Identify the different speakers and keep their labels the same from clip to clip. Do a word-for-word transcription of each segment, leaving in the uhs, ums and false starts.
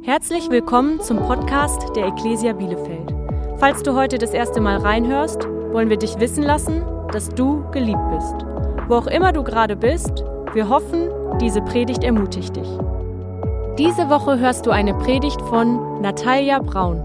Speaker 1: Herzlich willkommen zum Podcast der Ecclesia Bielefeld. Falls du heute das erste Mal reinhörst, wollen wir dich wissen lassen, dass du geliebt bist. Wo auch immer du gerade bist, wir hoffen, diese Predigt ermutigt dich. Diese Woche hörst du eine Predigt von Natalia Braun.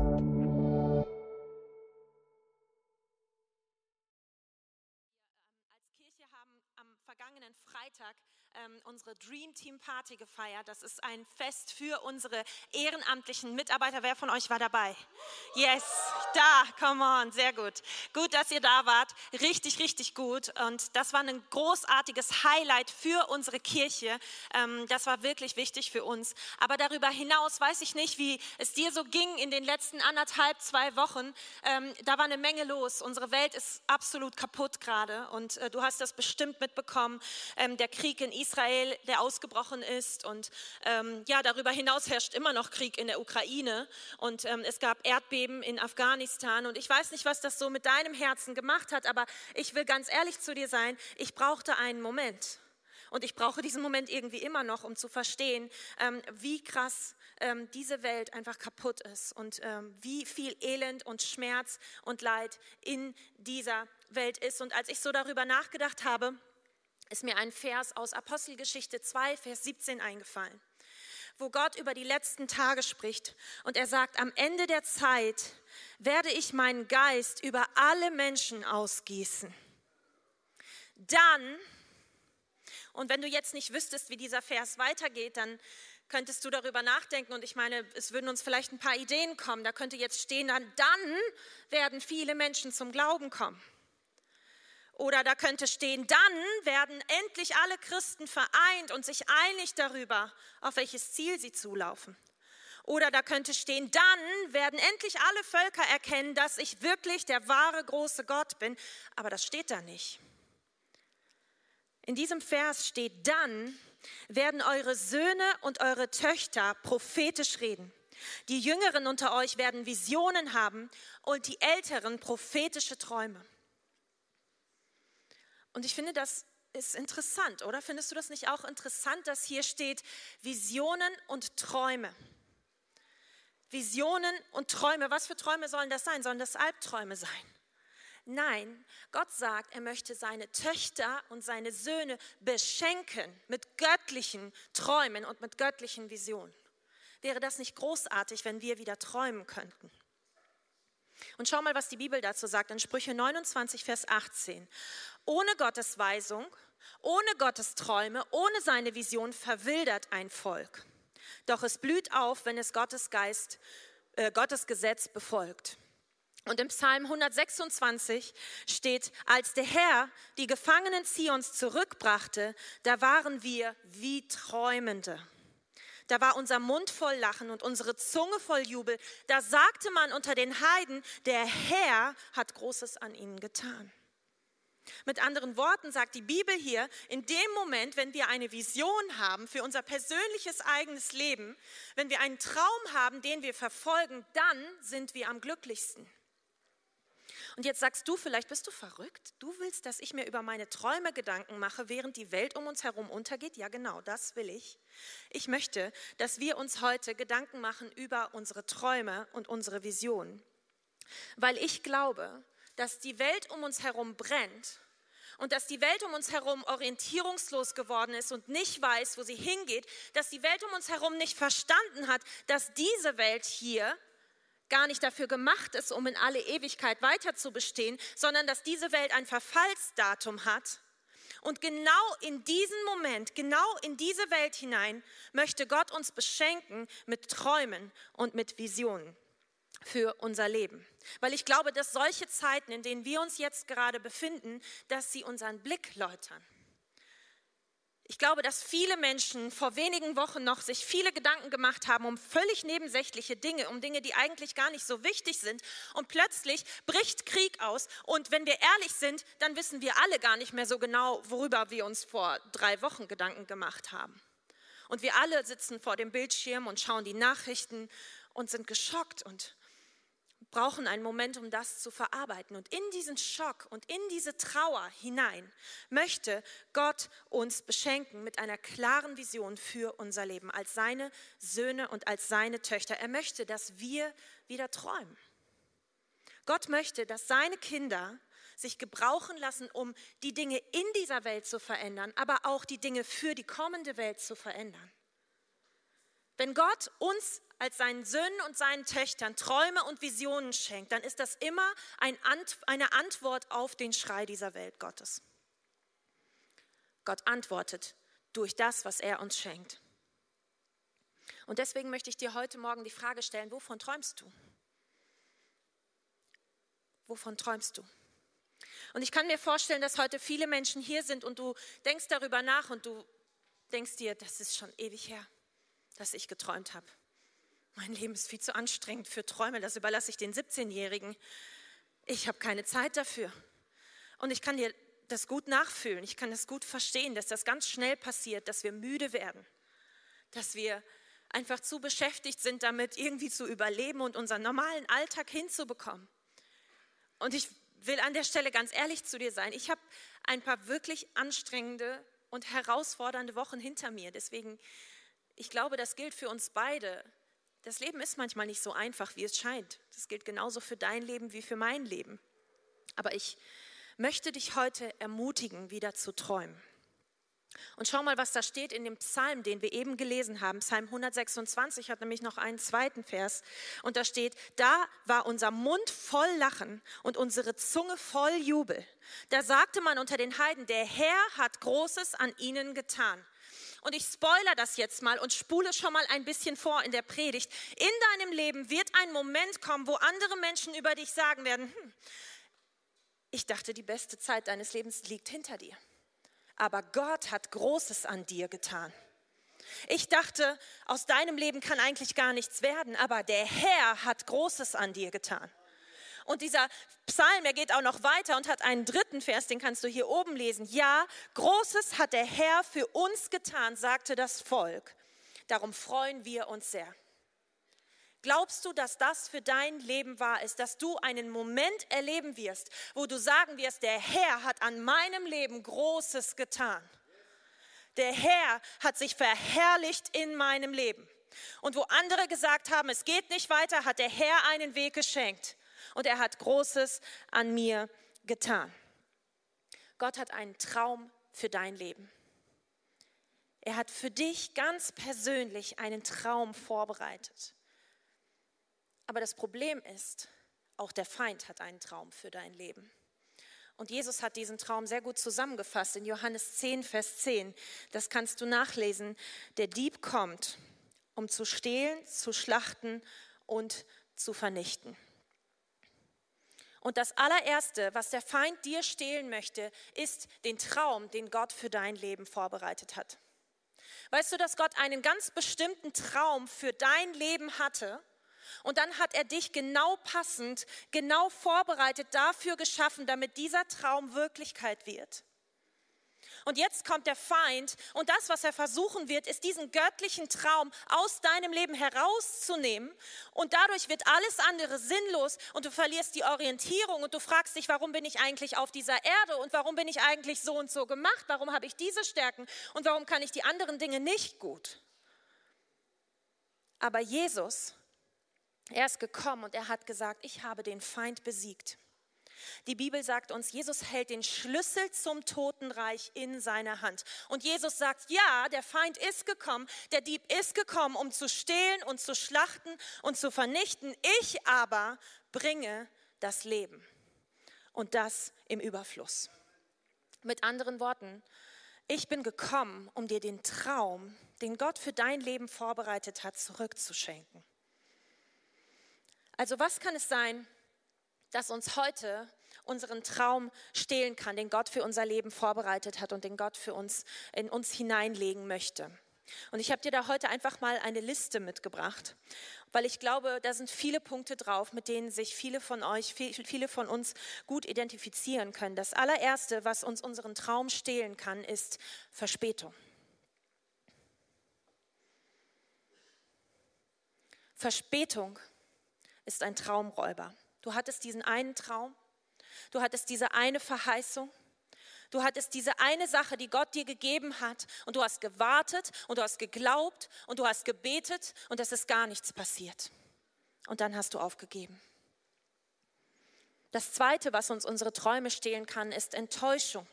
Speaker 2: Als Kirche haben am vergangenen Freitag ähm, unsere Dream Team Party gefeiert. Das ist ein Fest für unsere ehrenamtlichen Mitarbeiter. Wer von euch war dabei? Yes, da, come on, sehr gut. Gut, dass ihr da wart. Richtig, richtig gut. Und das war ein großartiges Highlight für unsere Kirche. Ähm, das war wirklich wichtig für uns. Aber darüber hinaus weiß ich nicht, wie es dir so ging in den letzten anderthalb, zwei Wochen. Ähm, da war eine Menge los. Unsere Welt ist absolut kaputt gerade. Und äh, du hast das bestimmt mitbekommen. Ähm, der Krieg in Israel, der ausgebrochen ist. Und ähm, ja, darüber hinaus herrscht immer noch Krieg in der Ukraine. Und ähm, es gab Erdbeben in Afghanistan. Und ich weiß nicht, was das so mit deinem Herzen gemacht hat, aber ich will ganz ehrlich zu dir sein, ich brauchte einen Moment. Und ich brauche diesen Moment irgendwie immer noch, um zu verstehen, ähm, wie krass ähm, diese Welt einfach kaputt ist und ähm, wie viel Elend und Schmerz und Leid in dieser Welt ist. Und als ich so darüber nachgedacht habe, ist mir ein Vers aus Apostelgeschichte zwei, Vers siebzehn eingefallen, wo Gott über die letzten Tage spricht und er sagt, am Ende der Zeit werde ich meinen Geist über alle Menschen ausgießen. Dann, und wenn du jetzt nicht wüsstest, wie dieser Vers weitergeht, dann könntest du darüber nachdenken und ich meine, es würden uns vielleicht ein paar Ideen kommen. Da könnte jetzt stehen, dann, dann werden viele Menschen zum Glauben kommen. Oder da könnte stehen, dann werden endlich alle Christen vereint und sich einig darüber, auf welches Ziel sie zulaufen. Oder da könnte stehen, dann werden endlich alle Völker erkennen, dass ich wirklich der wahre große Gott bin. Aber das steht da nicht. In diesem Vers steht, dann werden eure Söhne und eure Töchter prophetisch reden. Die Jüngeren unter euch werden Visionen haben und die Älteren prophetische Träume. Und ich finde, das ist interessant, oder? Findest du das nicht auch interessant, dass hier steht Visionen und Träume? Visionen und Träume. Was für Träume sollen das sein? Sollen das Albträume sein? Nein, Gott sagt, er möchte seine Töchter und seine Söhne beschenken mit göttlichen Träumen und mit göttlichen Visionen. Wäre das nicht großartig, wenn wir wieder träumen könnten? Und schau mal, was die Bibel dazu sagt, in Sprüche neunundzwanzig, Vers achtzehn. Ohne Gottes Weisung, ohne Gottes Träume, ohne seine Vision verwildert ein Volk. Doch es blüht auf, wenn es Gottes Geist, äh, Gottes Gesetz befolgt. Und im Psalm hundertsechsundzwanzig steht, als der Herr die Gefangenen Zions zurückbrachte, da waren wir wie Träumende. Da war unser Mund voll Lachen und unsere Zunge voll Jubel. Da sagte man unter den Heiden, der Herr hat Großes an ihnen getan. Mit anderen Worten sagt die Bibel hier, in dem Moment, wenn wir eine Vision haben für unser persönliches eigenes Leben, wenn wir einen Traum haben, den wir verfolgen, dann sind wir am glücklichsten. Und jetzt sagst du, vielleicht bist du verrückt? Du willst, dass ich mir über meine Träume Gedanken mache, während die Welt um uns herum untergeht? Ja, genau, das will ich. Ich möchte, dass wir uns heute Gedanken machen über unsere Träume und unsere Visionen. Weil ich glaube, dass die Welt um uns herum brennt und dass die Welt um uns herum orientierungslos geworden ist und nicht weiß, wo sie hingeht, dass die Welt um uns herum nicht verstanden hat, dass diese Welt hier gar nicht dafür gemacht ist, um in alle Ewigkeit weiter zu bestehen, sondern dass diese Welt ein Verfallsdatum hat. Und genau in diesen Moment, genau in diese Welt hinein, möchte Gott uns beschenken mit Träumen und mit Visionen für unser Leben. Weil ich glaube, dass solche Zeiten, in denen wir uns jetzt gerade befinden, dass sie unseren Blick läutern. Ich glaube, dass viele Menschen vor wenigen Wochen noch sich viele Gedanken gemacht haben um völlig nebensächliche Dinge, um Dinge, die eigentlich gar nicht so wichtig sind. Und plötzlich bricht Krieg aus. Und wenn wir ehrlich sind, dann wissen wir alle gar nicht mehr so genau, worüber wir uns vor drei Wochen Gedanken gemacht haben. Und wir alle sitzen vor dem Bildschirm und schauen die Nachrichten und sind geschockt und brauchen einen Moment, um das zu verarbeiten. Und in diesen Schock und in diese Trauer hinein möchte Gott uns beschenken mit einer klaren Vision für unser Leben als seine Söhne und als seine Töchter. Er möchte, dass wir wieder träumen. Gott möchte, dass seine Kinder sich gebrauchen lassen, um die Dinge in dieser Welt zu verändern, aber auch die Dinge für die kommende Welt zu verändern. Wenn Gott uns als seinen Söhnen und seinen Töchtern Träume und Visionen schenkt, dann ist das immer ein Ant- eine Antwort auf den Schrei dieser Welt Gottes. Gott antwortet durch das, was er uns schenkt. Und deswegen möchte ich dir heute Morgen die Frage stellen, wovon träumst du? Wovon träumst du? Und ich kann mir vorstellen, dass heute viele Menschen hier sind und du denkst darüber nach und du denkst dir, das ist schon ewig her, dass ich geträumt habe. Mein Leben ist viel zu anstrengend für Träume, das überlasse ich den siebzehnjährigen. Ich habe keine Zeit dafür. Und ich kann dir das gut nachfühlen, ich kann das gut verstehen, dass das ganz schnell passiert, dass wir müde werden, dass wir einfach zu beschäftigt sind, damit irgendwie zu überleben und unseren normalen Alltag hinzubekommen. Und ich will an der Stelle ganz ehrlich zu dir sein, ich habe ein paar wirklich anstrengende und herausfordernde Wochen hinter mir. Deswegen, ich glaube, das gilt für uns beide. Das Leben ist manchmal nicht so einfach, wie es scheint. Das gilt genauso für dein Leben wie für mein Leben. Aber ich möchte dich heute ermutigen, wieder zu träumen. Und schau mal, was da steht in dem Psalm, den wir eben gelesen haben. Psalm hundertsechsundzwanzig hat nämlich noch einen zweiten Vers. Und da steht, da war unser Mund voll Lachen und unsere Zunge voll Jubel. Da sagte man unter den Heiden, der Herr hat Großes an ihnen getan. Und ich spoilere das jetzt mal und spule schon mal ein bisschen vor in der Predigt. In deinem Leben wird ein Moment kommen, wo andere Menschen über dich sagen werden, hm, ich dachte, die beste Zeit deines Lebens liegt hinter dir. Aber Gott hat Großes an dir getan. Ich dachte, aus deinem Leben kann eigentlich gar nichts werden, aber der Herr hat Großes an dir getan. Und dieser Psalm, er geht auch noch weiter und hat einen dritten Vers, den kannst du hier oben lesen. Ja, Großes hat der Herr für uns getan, sagte das Volk. Darum freuen wir uns sehr. Glaubst du, dass das für dein Leben wahr ist, dass du einen Moment erleben wirst, wo du sagen wirst, der Herr hat an meinem Leben Großes getan. Der Herr hat sich verherrlicht in meinem Leben. Und wo andere gesagt haben, es geht nicht weiter, hat der Herr einen Weg geschenkt. Und er hat Großes an mir getan. Gott hat einen Traum für dein Leben. Er hat für dich ganz persönlich einen Traum vorbereitet. Aber das Problem ist, auch der Feind hat einen Traum für dein Leben. Und Jesus hat diesen Traum sehr gut zusammengefasst in Johannes zehn, Vers zehn. Das kannst du nachlesen. Der Dieb kommt, um zu stehlen, zu schlachten und zu vernichten. Und das allererste, was der Feind dir stehlen möchte, ist den Traum, den Gott für dein Leben vorbereitet hat. Weißt du, dass Gott einen ganz bestimmten Traum für dein Leben hatte? Und dann hat er dich genau passend, genau vorbereitet dafür geschaffen, damit dieser Traum Wirklichkeit wird. Und jetzt kommt der Feind und das, was er versuchen wird, ist diesen göttlichen Traum aus deinem Leben herauszunehmen. Und dadurch wird alles andere sinnlos und du verlierst die Orientierung und du fragst dich, warum bin ich eigentlich auf dieser Erde und warum bin ich eigentlich so und so gemacht? Warum habe ich diese Stärken und warum kann ich die anderen Dinge nicht gut? Aber Jesus, er ist gekommen und er hat gesagt, ich habe den Feind besiegt. Die Bibel sagt uns, Jesus hält den Schlüssel zum Totenreich in seiner Hand. Und Jesus sagt, ja, der Feind ist gekommen, der Dieb ist gekommen, um zu stehlen und zu schlachten und zu vernichten. Ich aber bringe das Leben und das im Überfluss. Mit anderen Worten, ich bin gekommen, um dir den Traum, den Gott für dein Leben vorbereitet hat, zurückzuschenken. Also was kann es sein, das uns heute unseren Traum stehlen kann, den Gott für unser Leben vorbereitet hat und den Gott für uns in uns hineinlegen möchte? Und ich habe dir da heute einfach mal eine Liste mitgebracht, weil ich glaube, da sind viele Punkte drauf, mit denen sich viele von euch, viele von uns gut identifizieren können. Das allererste, was uns unseren Traum stehlen kann, ist Verspätung. Verspätung ist ein Traumräuber. Du hattest diesen einen Traum, du hattest diese eine Verheißung, du hattest diese eine Sache, die Gott dir gegeben hat und du hast gewartet und du hast geglaubt und du hast gebetet und es ist gar nichts passiert. Und dann hast du aufgegeben. Das Zweite, was uns unsere Träume stehlen kann, ist Enttäuschung.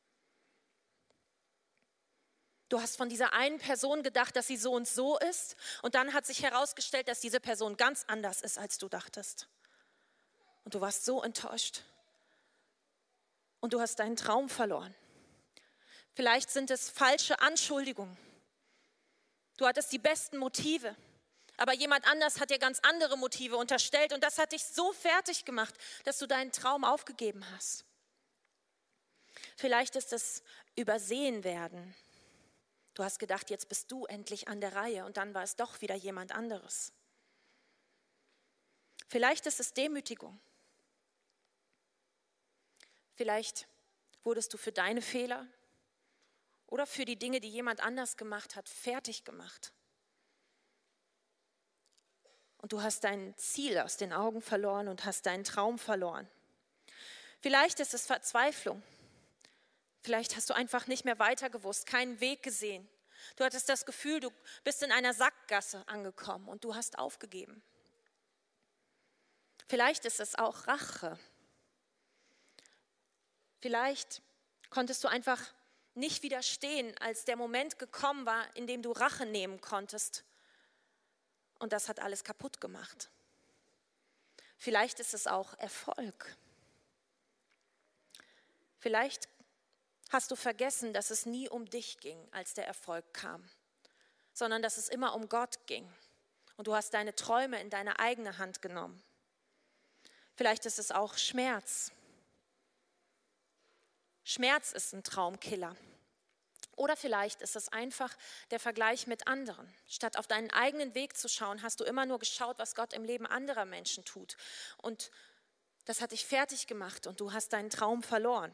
Speaker 2: Du hast von dieser einen Person gedacht, dass sie so und so ist und dann hat sich herausgestellt, dass diese Person ganz anders ist, als du dachtest. Und du warst so enttäuscht. Und du hast deinen Traum verloren. Vielleicht sind es falsche Anschuldigungen. Du hattest die besten Motive, aber jemand anders hat dir ganz andere Motive unterstellt und das hat dich so fertig gemacht, dass du deinen Traum aufgegeben hast. Vielleicht ist es Übersehen werden. Du hast gedacht, jetzt bist du endlich an der Reihe und dann war es doch wieder jemand anderes. Vielleicht ist es Demütigung. Vielleicht wurdest du für deine Fehler oder für die Dinge, die jemand anders gemacht hat, fertig gemacht. Und du hast dein Ziel aus den Augen verloren und hast deinen Traum verloren. Vielleicht ist es Verzweiflung. Vielleicht hast du einfach nicht mehr weiter gewusst, keinen Weg gesehen. Du hattest das Gefühl, du bist in einer Sackgasse angekommen und du hast aufgegeben. Vielleicht ist es auch Rache. Vielleicht konntest du einfach nicht widerstehen, als der Moment gekommen war, in dem du Rache nehmen konntest. Und das hat alles kaputt gemacht. Vielleicht ist es auch Erfolg. Vielleicht hast du vergessen, dass es nie um dich ging, als der Erfolg kam, sondern dass es immer um Gott ging. Und du hast deine Träume in deine eigene Hand genommen. Vielleicht ist es auch Schmerz. Schmerz ist ein Traumkiller. Oder vielleicht ist es einfach der Vergleich mit anderen. Statt auf deinen eigenen Weg zu schauen, hast du immer nur geschaut, was Gott im Leben anderer Menschen tut. Und das hat dich fertig gemacht und du hast deinen Traum verloren.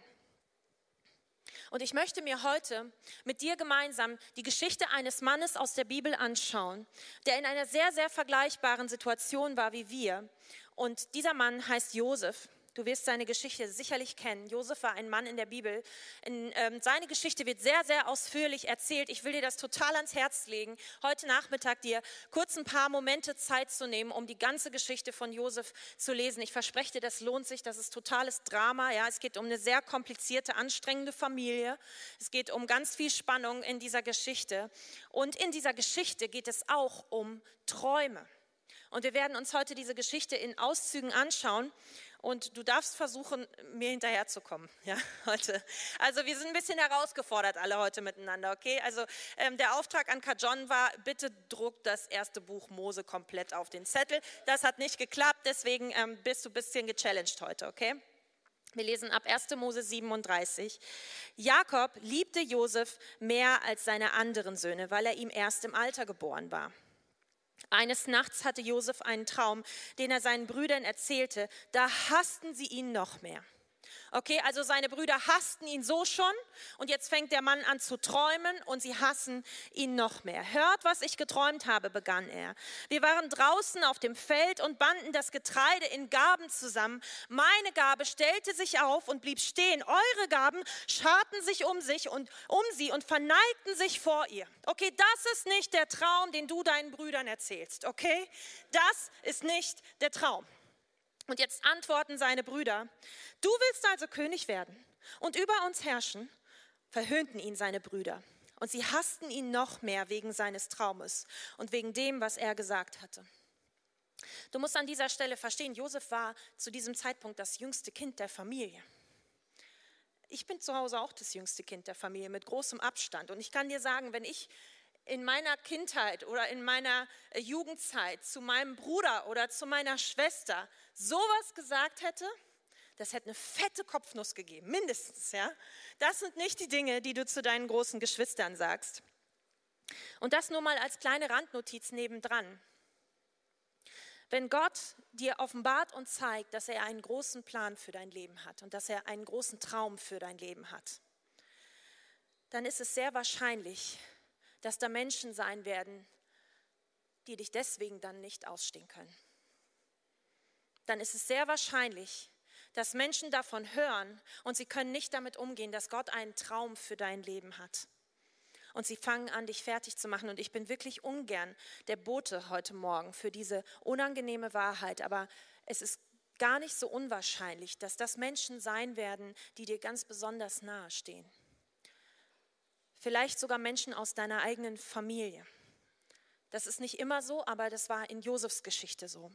Speaker 2: Und ich möchte mir heute mit dir gemeinsam die Geschichte eines Mannes aus der Bibel anschauen, der in einer sehr, sehr vergleichbaren Situation war wie wir. Und dieser Mann heißt Josef. Du wirst seine Geschichte sicherlich kennen. Josef war ein Mann in der Bibel. In, ähm, seine Geschichte wird sehr, sehr ausführlich erzählt. Ich will dir das total ans Herz legen, heute Nachmittag dir kurz ein paar Momente Zeit zu nehmen, um die ganze Geschichte von Josef zu lesen. Ich verspreche dir, das lohnt sich. Das ist totales Drama. Ja? Es geht um eine sehr komplizierte, anstrengende Familie. Es geht um ganz viel Spannung in dieser Geschichte. Und in dieser Geschichte geht es auch um Träume. Und wir werden uns heute diese Geschichte in Auszügen anschauen. Und du darfst versuchen, mir hinterherzukommen, ja, heute. Also wir sind ein bisschen herausgefordert alle heute miteinander, okay? Also ähm, der Auftrag an Kajon war, bitte druck das erste Buch Mose komplett auf den Zettel. Das hat nicht geklappt, deswegen ähm, bist du ein bisschen gechallenged heute, okay? Wir lesen ab erster Mose siebenunddreißig. Jakob liebte Josef mehr als seine anderen Söhne, weil er ihm erst im Alter geboren war. Eines Nachts hatte Josef einen Traum, den er seinen Brüdern erzählte. Da hassten sie ihn noch mehr. Okay, also seine Brüder hassten ihn so schon und jetzt fängt der Mann an zu träumen und sie hassen ihn noch mehr. Hört, was ich geträumt habe, begann er. Wir waren draußen auf dem Feld und banden das Getreide in Garben zusammen. Meine Garbe stellte sich auf und blieb stehen. Eure Garben scharten sich um sich und um sie und verneigten sich vor ihr. Okay, das ist nicht der Traum, den du deinen Brüdern erzählst. Okay, das ist nicht der Traum. Und jetzt antworten seine Brüder, du willst also König werden und über uns herrschen, verhöhnten ihn seine Brüder. Und sie hassten ihn noch mehr wegen seines Traumes und wegen dem, was er gesagt hatte. Du musst an dieser Stelle verstehen, Josef war zu diesem Zeitpunkt das jüngste Kind der Familie. Ich bin zu Hause auch das jüngste Kind der Familie mit großem Abstand. Und ich kann dir sagen, wenn ich in meiner Kindheit oder in meiner Jugendzeit zu meinem Bruder oder zu meiner Schwester sowas gesagt hätte, das hätte eine fette Kopfnuss gegeben, mindestens. Ja? Das sind nicht die Dinge, die du zu deinen großen Geschwistern sagst. Und das nur mal als kleine Randnotiz nebendran. Wenn Gott dir offenbart und zeigt, dass er einen großen Plan für dein Leben hat und dass er einen großen Traum für dein Leben hat, dann ist es sehr wahrscheinlich, dass da Menschen sein werden, die dich deswegen dann nicht ausstehen können. dann ist es sehr wahrscheinlich, dass Menschen davon hören und sie können nicht damit umgehen, dass Gott einen Traum für dein Leben hat. Und sie fangen an, dich fertig zu machen. Und ich bin wirklich ungern der Bote heute Morgen für diese unangenehme Wahrheit. Aber es ist gar nicht so unwahrscheinlich, dass das Menschen sein werden, die dir ganz besonders nahe stehen. Vielleicht sogar Menschen aus deiner eigenen Familie. Das ist nicht immer so, aber das war in Josefs Geschichte so.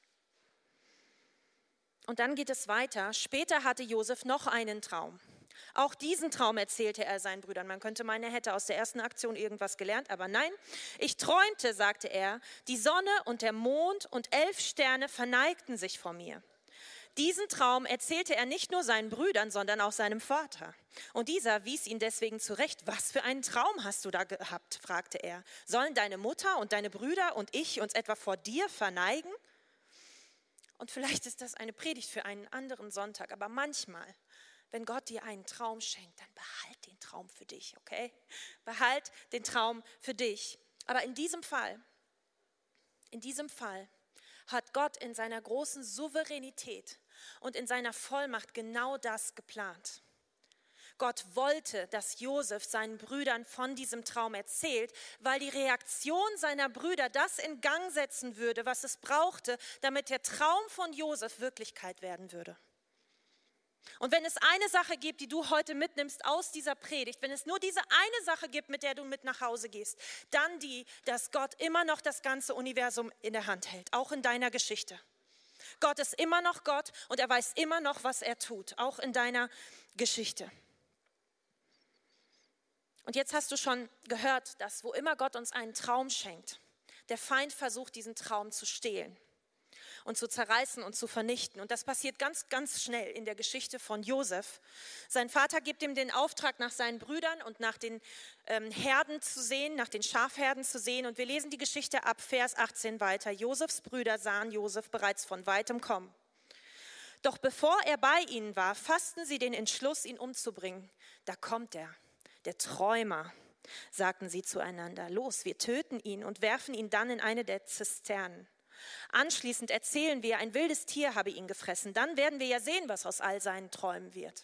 Speaker 2: Und dann geht es weiter. Später hatte Josef noch einen Traum. Auch diesen Traum erzählte er seinen Brüdern. Man könnte meinen, er hätte aus der ersten Aktion irgendwas gelernt, aber nein. Ich träumte, sagte er, die Sonne und der Mond und elf Sterne verneigten sich vor mir. Diesen Traum erzählte er nicht nur seinen Brüdern, sondern auch seinem Vater. Und dieser wies ihn deswegen zurecht. Was für einen Traum hast du da gehabt, fragte er. Sollen deine Mutter und deine Brüder und ich uns etwa vor dir verneigen? Und vielleicht ist das eine Predigt für einen anderen Sonntag, aber manchmal, wenn Gott dir einen Traum schenkt, dann behalt den Traum für dich, okay? Behalt den Traum für dich. Aber in diesem Fall, in diesem Fall hat Gott in seiner großen Souveränität und in seiner Vollmacht genau das geplant. Gott wollte, dass Josef seinen Brüdern von diesem Traum erzählt, weil die Reaktion seiner Brüder das in Gang setzen würde, was es brauchte, damit der Traum von Josef Wirklichkeit werden würde. Und wenn es eine Sache gibt, die du heute mitnimmst aus dieser Predigt, wenn es nur diese eine Sache gibt, mit der du mit nach Hause gehst, dann die, dass Gott immer noch das ganze Universum in der Hand hält, auch in deiner Geschichte. Gott ist immer noch Gott und er weiß immer noch, was er tut, auch in deiner Geschichte. Und jetzt hast du schon gehört, dass wo immer Gott uns einen Traum schenkt, der Feind versucht, diesen Traum zu stehlen und zu zerreißen und zu vernichten. Und das passiert ganz, ganz schnell in der Geschichte von Josef. Sein Vater gibt ihm den Auftrag, nach seinen Brüdern und nach den ähm, Herden zu sehen, nach den Schafherden zu sehen. Und wir lesen die Geschichte ab Vers achtzehn weiter. Josefs Brüder sahen Josef bereits von weitem kommen. Doch bevor er bei ihnen war, fassten sie den Entschluss, ihn umzubringen. Da kommt er. Der Träumer, sagten sie zueinander. Los, wir töten ihn und werfen ihn dann in eine der Zisternen. Anschließend erzählen wir, ein wildes Tier habe ihn gefressen. Dann werden wir ja sehen, was aus all seinen Träumen wird.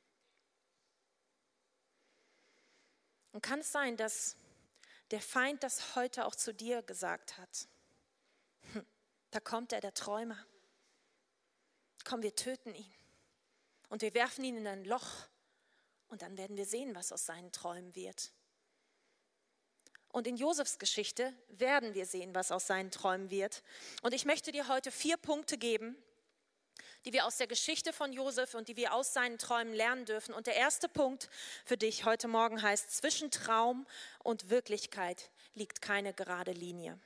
Speaker 2: Und kann es sein, dass der Feind das heute auch zu dir gesagt hat? Hm, da kommt er, der Träumer. Komm, wir töten ihn. Und wir werfen ihn in ein Loch. Und dann werden wir sehen, was aus seinen Träumen wird. Und in Josefs Geschichte werden wir sehen, was aus seinen Träumen wird. Und ich möchte dir heute vier Punkte geben, die wir aus der Geschichte von Josef und die wir aus seinen Träumen lernen dürfen. Und der erste Punkt für dich heute Morgen heißt, zwischen Traum und Wirklichkeit liegt keine gerade Linie.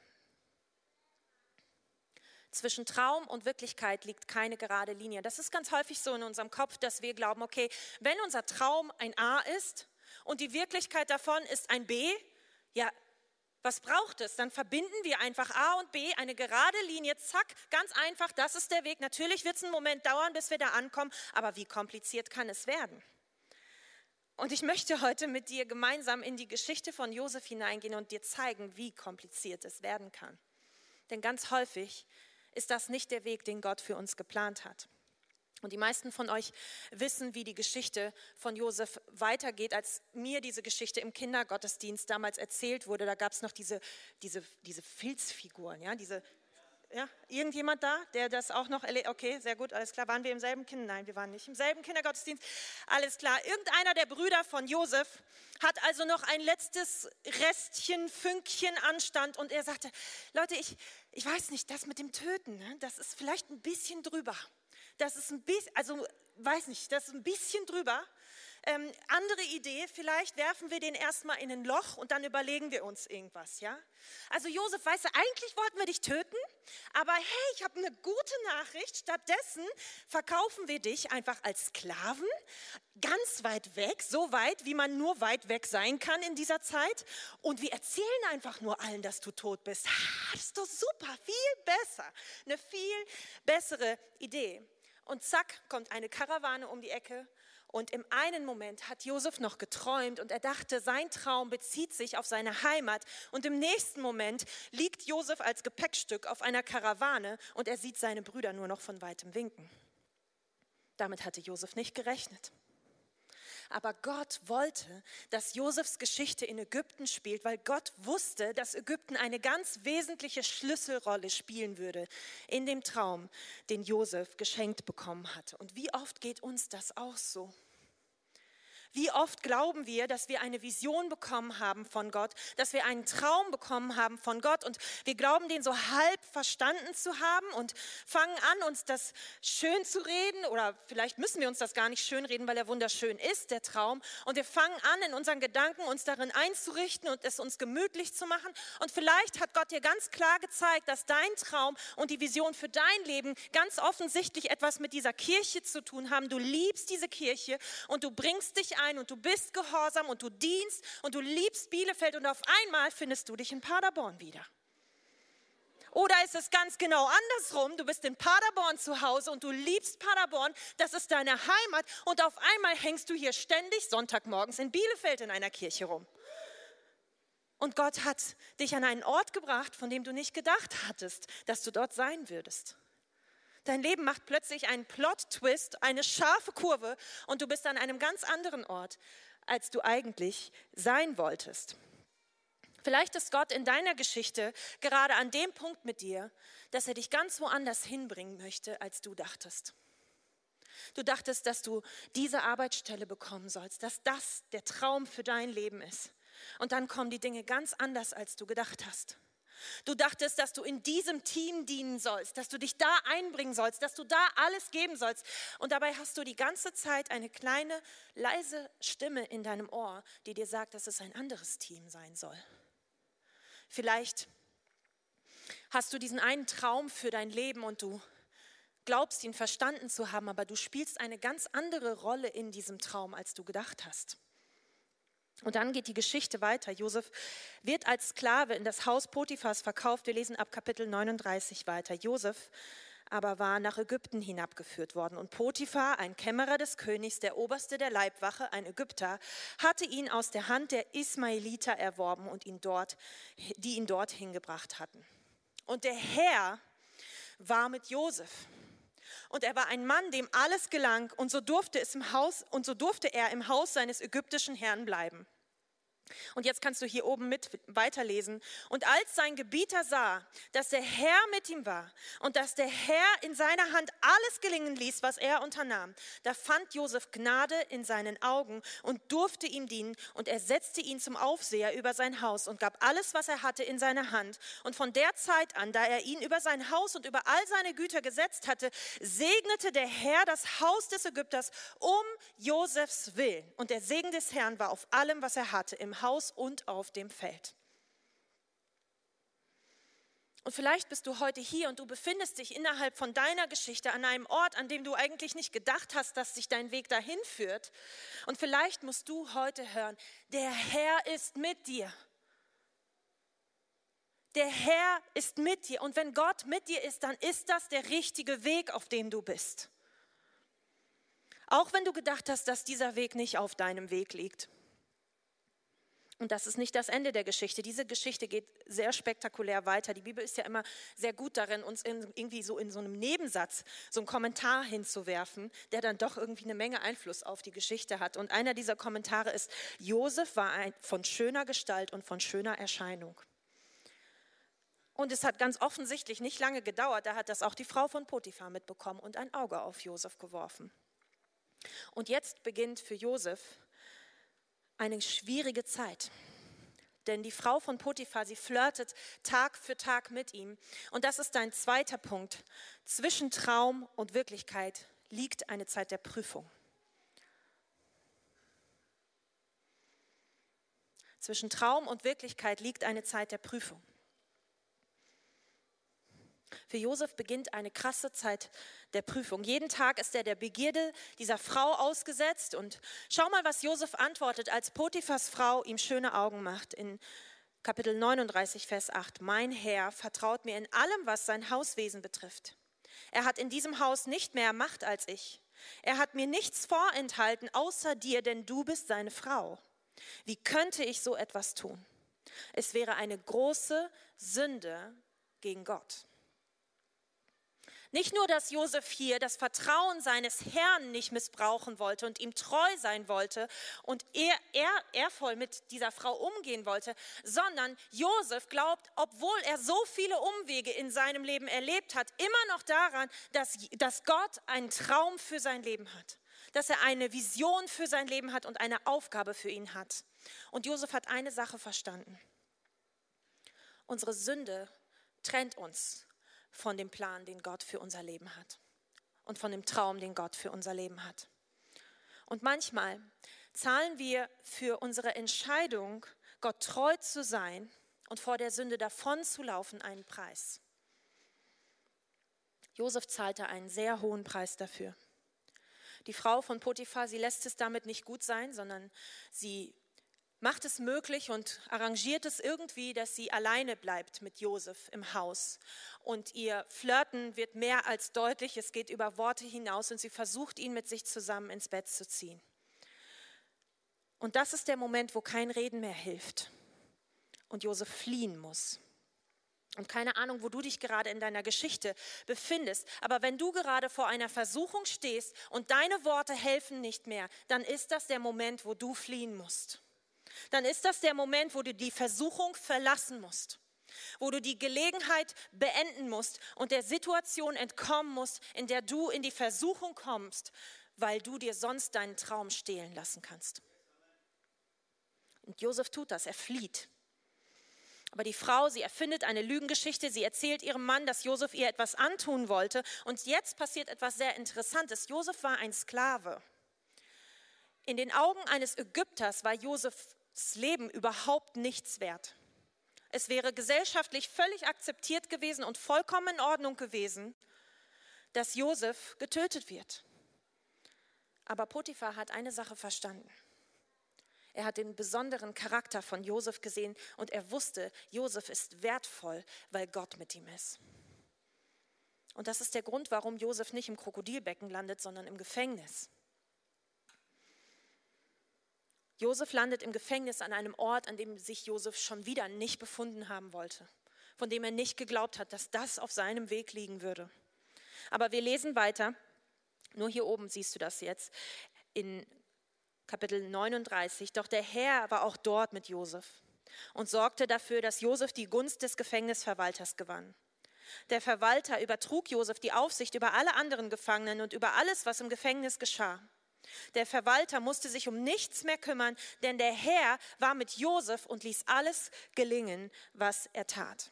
Speaker 2: Zwischen Traum und Wirklichkeit liegt keine gerade Linie. Das ist ganz häufig so in unserem Kopf, dass wir glauben, okay, wenn unser Traum ein A ist und die Wirklichkeit davon ist ein B, ja, was braucht es? Dann verbinden wir einfach A und B, eine gerade Linie, zack, ganz einfach, das ist der Weg. Natürlich wird es einen Moment dauern, bis wir da ankommen, aber wie kompliziert kann es werden? Und ich möchte heute mit dir gemeinsam in die Geschichte von Josef hineingehen und dir zeigen, wie kompliziert es werden kann. Denn ganz häufig ist das nicht der Weg, den Gott für uns geplant hat. Und die meisten von euch wissen, wie die Geschichte von Josef weitergeht, als mir diese Geschichte im Kindergottesdienst damals erzählt wurde. Da gab es noch diese, diese, diese Filzfiguren, ja, diese, ja, irgendjemand da, der das auch noch erlebt? Okay, sehr gut, alles klar. Waren wir im selben Kind? Nein, wir waren nicht im selben Kindergottesdienst. Alles klar. Irgendeiner der Brüder von Josef hat also noch ein letztes Restchen, Fünkchen Anstand und er sagte, Leute, ich, ich weiß nicht, das mit dem Töten, ne, das ist vielleicht ein bisschen drüber. Das ist ein bisschen, also weiß nicht, das ist ein bisschen drüber. Ähm, andere Idee, vielleicht werfen wir den erstmal in ein Loch und dann überlegen wir uns irgendwas, ja? Also Josef, weißt du, eigentlich wollten wir dich töten, aber hey, ich habe eine gute Nachricht. Stattdessen verkaufen wir dich einfach als Sklaven, ganz weit weg, so weit, wie man nur weit weg sein kann in dieser Zeit. Und wir erzählen einfach nur allen, dass du tot bist. Ah, das ist doch super, viel besser, eine viel bessere Idee. Und zack, kommt eine Karawane um die Ecke Und im einen Moment hat Josef noch geträumt und er dachte, sein Traum bezieht sich auf seine Heimat. Und im nächsten Moment liegt Josef als Gepäckstück auf einer Karawane und er sieht seine Brüder nur noch von weitem winken. Damit hatte Josef nicht gerechnet. Aber Gott wollte, dass Josefs Geschichte in Ägypten spielt, weil Gott wusste, dass Ägypten eine ganz wesentliche Schlüsselrolle spielen würde in dem Traum, den Josef geschenkt bekommen hatte. Und wie oft geht uns das auch so? Wie oft glauben wir, dass wir eine Vision bekommen haben von Gott, dass wir einen Traum bekommen haben von Gott und wir glauben, den so halb verstanden zu haben und fangen an, uns das schön zu reden oder vielleicht müssen wir uns das gar nicht schön reden, weil er wunderschön ist, der Traum. Und wir fangen an, in unseren Gedanken uns darin einzurichten und es uns gemütlich zu machen. Und vielleicht hat Gott dir ganz klar gezeigt, dass dein Traum und die Vision für dein Leben ganz offensichtlich etwas mit dieser Kirche zu tun haben. Du liebst diese Kirche und du bringst dich ein und du bist gehorsam und du dienst und du liebst Bielefeld und auf einmal findest du dich in Paderborn wieder. Oder ist es ganz genau andersrum, du bist in Paderborn zu Hause und du liebst Paderborn, das ist deine Heimat und auf einmal hängst du hier ständig Sonntagmorgens in Bielefeld in einer Kirche rum. Und Gott hat dich an einen Ort gebracht, von dem du nicht gedacht hattest, dass du dort sein würdest. Dein Leben macht plötzlich einen Plot-Twist, eine scharfe Kurve und du bist an einem ganz anderen Ort, als du eigentlich sein wolltest. Vielleicht ist Gott in deiner Geschichte gerade an dem Punkt mit dir, dass er dich ganz woanders hinbringen möchte, als du dachtest. Du dachtest, dass du diese Arbeitsstelle bekommen sollst, dass das der Traum für dein Leben ist. Und dann kommen die Dinge ganz anders, als du gedacht hast. Du dachtest, dass du in diesem Team dienen sollst, dass du dich da einbringen sollst, dass du da alles geben sollst. Und dabei hast du die ganze Zeit eine kleine, leise Stimme in deinem Ohr, die dir sagt, dass es ein anderes Team sein soll. Vielleicht hast du diesen einen Traum für dein Leben und du glaubst, ihn verstanden zu haben, aber du spielst eine ganz andere Rolle in diesem Traum, als du gedacht hast. Und dann geht die Geschichte weiter. Josef wird als Sklave in das Haus Potiphars verkauft. Wir lesen ab Kapitel neununddreißig weiter. Josef aber war nach Ägypten hinabgeführt worden. Und Potiphar, ein Kämmerer des Königs, der Oberste der Leibwache, ein Ägypter, hatte ihn aus der Hand der Ismaeliter erworben und ihn dort, die ihn dort hingebracht hatten. Und der Herr war mit Josef. Und er war ein Mann, dem alles gelang, und so durfte es im Haus und so durfte er im Haus seines ägyptischen Herrn bleiben. Und jetzt kannst du hier oben mit weiterlesen. Und als sein Gebieter sah, dass der Herr mit ihm war und dass der Herr in seiner Hand alles gelingen ließ, was er unternahm, da fand Josef Gnade in seinen Augen und durfte ihm dienen. Und er setzte ihn zum Aufseher über sein Haus und gab alles, was er hatte, in seine Hand. Und von der Zeit an, da er ihn über sein Haus und über all seine Güter gesetzt hatte, segnete der Herr das Haus des Ägypters um Josefs Willen. Und der Segen des Herrn war auf allem, was er hatte, im Haus und auf dem Feld. Und vielleicht bist du heute hier und du befindest dich innerhalb von deiner Geschichte an einem Ort, an dem du eigentlich nicht gedacht hast, dass sich dein Weg dahin führt. Und vielleicht musst du heute hören, der Herr ist mit dir. Der Herr ist mit dir. Und wenn Gott mit dir ist, dann ist das der richtige Weg, auf dem du bist. Auch wenn du gedacht hast, dass dieser Weg nicht auf deinem Weg liegt. Und das ist nicht das Ende der Geschichte. Diese Geschichte geht sehr spektakulär weiter. Die Bibel ist ja immer sehr gut darin, uns in, irgendwie so in so einem Nebensatz so einen Kommentar hinzuwerfen, der dann doch irgendwie eine Menge Einfluss auf die Geschichte hat. Und einer dieser Kommentare ist, Josef war ein, von schöner Gestalt und von schöner Erscheinung. Und es hat ganz offensichtlich nicht lange gedauert, da hat das auch die Frau von Potiphar mitbekommen und ein Auge auf Josef geworfen. Und jetzt beginnt für Josef eine schwierige Zeit, denn die Frau von Potiphar, sie flirtet Tag für Tag mit ihm. Und das ist dein zweiter Punkt. Zwischen Traum und Wirklichkeit liegt eine Zeit der Prüfung. Zwischen Traum und Wirklichkeit liegt eine Zeit der Prüfung. Für Josef beginnt eine krasse Zeit der Prüfung. Jeden Tag ist er der Begierde dieser Frau ausgesetzt. Und schau mal, was Josef antwortet, als Potiphars Frau ihm schöne Augen macht. In Kapitel neununddreißig, Vers acht. Mein Herr vertraut mir in allem, was sein Hauswesen betrifft. Er hat in diesem Haus nicht mehr Macht als ich. Er hat mir nichts vorenthalten außer dir, denn du bist seine Frau. Wie könnte ich so etwas tun? Es wäre eine große Sünde gegen Gott. Nicht nur, dass Josef hier das Vertrauen seines Herrn nicht missbrauchen wollte und ihm treu sein wollte und er, er, ehrvoll mit dieser Frau umgehen wollte, sondern Josef glaubt, obwohl er so viele Umwege in seinem Leben erlebt hat, immer noch daran, dass, dass Gott einen Traum für sein Leben hat, dass er eine Vision für sein Leben hat und eine Aufgabe für ihn hat. Und Josef hat eine Sache verstanden. Unsere Sünde trennt uns von dem Plan, den Gott für unser Leben hat und von dem Traum, den Gott für unser Leben hat. Und manchmal zahlen wir für unsere Entscheidung, Gott treu zu sein und vor der Sünde davon zu laufen, einen Preis. Josef zahlte einen sehr hohen Preis dafür. Die Frau von Potiphar, sie lässt es damit nicht gut sein, sondern sie macht es möglich und arrangiert es irgendwie, dass sie alleine bleibt mit Josef im Haus. Und ihr Flirten wird mehr als deutlich, es geht über Worte hinaus und sie versucht, ihn mit sich zusammen ins Bett zu ziehen. Und das ist der Moment, wo kein Reden mehr hilft und Josef fliehen muss. Und keine Ahnung, wo du dich gerade in deiner Geschichte befindest, aber wenn du gerade vor einer Versuchung stehst und deine Worte helfen nicht mehr, dann ist das der Moment, wo du fliehen musst. Dann ist das der Moment, wo du die Versuchung verlassen musst, wo du die Gelegenheit beenden musst und der Situation entkommen musst, in der du in die Versuchung kommst, weil du dir sonst deinen Traum stehlen lassen kannst. Und Josef tut das, er flieht. Aber die Frau, sie erfindet eine Lügengeschichte, sie erzählt ihrem Mann, dass Josef ihr etwas antun wollte. Und jetzt passiert etwas sehr Interessantes. Josef war ein Sklave. In den Augen eines Ägypters war Josefs Leben überhaupt nichts wert. Es wäre gesellschaftlich völlig akzeptiert gewesen und vollkommen in Ordnung gewesen, dass Josef getötet wird. Aber Potiphar hat eine Sache verstanden. Er hat den besonderen Charakter von Josef gesehen und er wusste, Josef ist wertvoll, weil Gott mit ihm ist. Und das ist der Grund, warum Josef nicht im Krokodilbecken landet, sondern im Gefängnis. Josef landet im Gefängnis an einem Ort, an dem sich Josef schon wieder nicht befunden haben wollte, von dem er nicht geglaubt hat, dass das auf seinem Weg liegen würde. Aber wir lesen weiter, nur hier oben siehst du das jetzt, in Kapitel neununddreißig. Doch der Herr war auch dort mit Josef und sorgte dafür, dass Josef die Gunst des Gefängnisverwalters gewann. Der Verwalter übertrug Josef die Aufsicht über alle anderen Gefangenen und über alles, was im Gefängnis geschah. Der Verwalter musste sich um nichts mehr kümmern, denn der Herr war mit Josef und ließ alles gelingen, was er tat.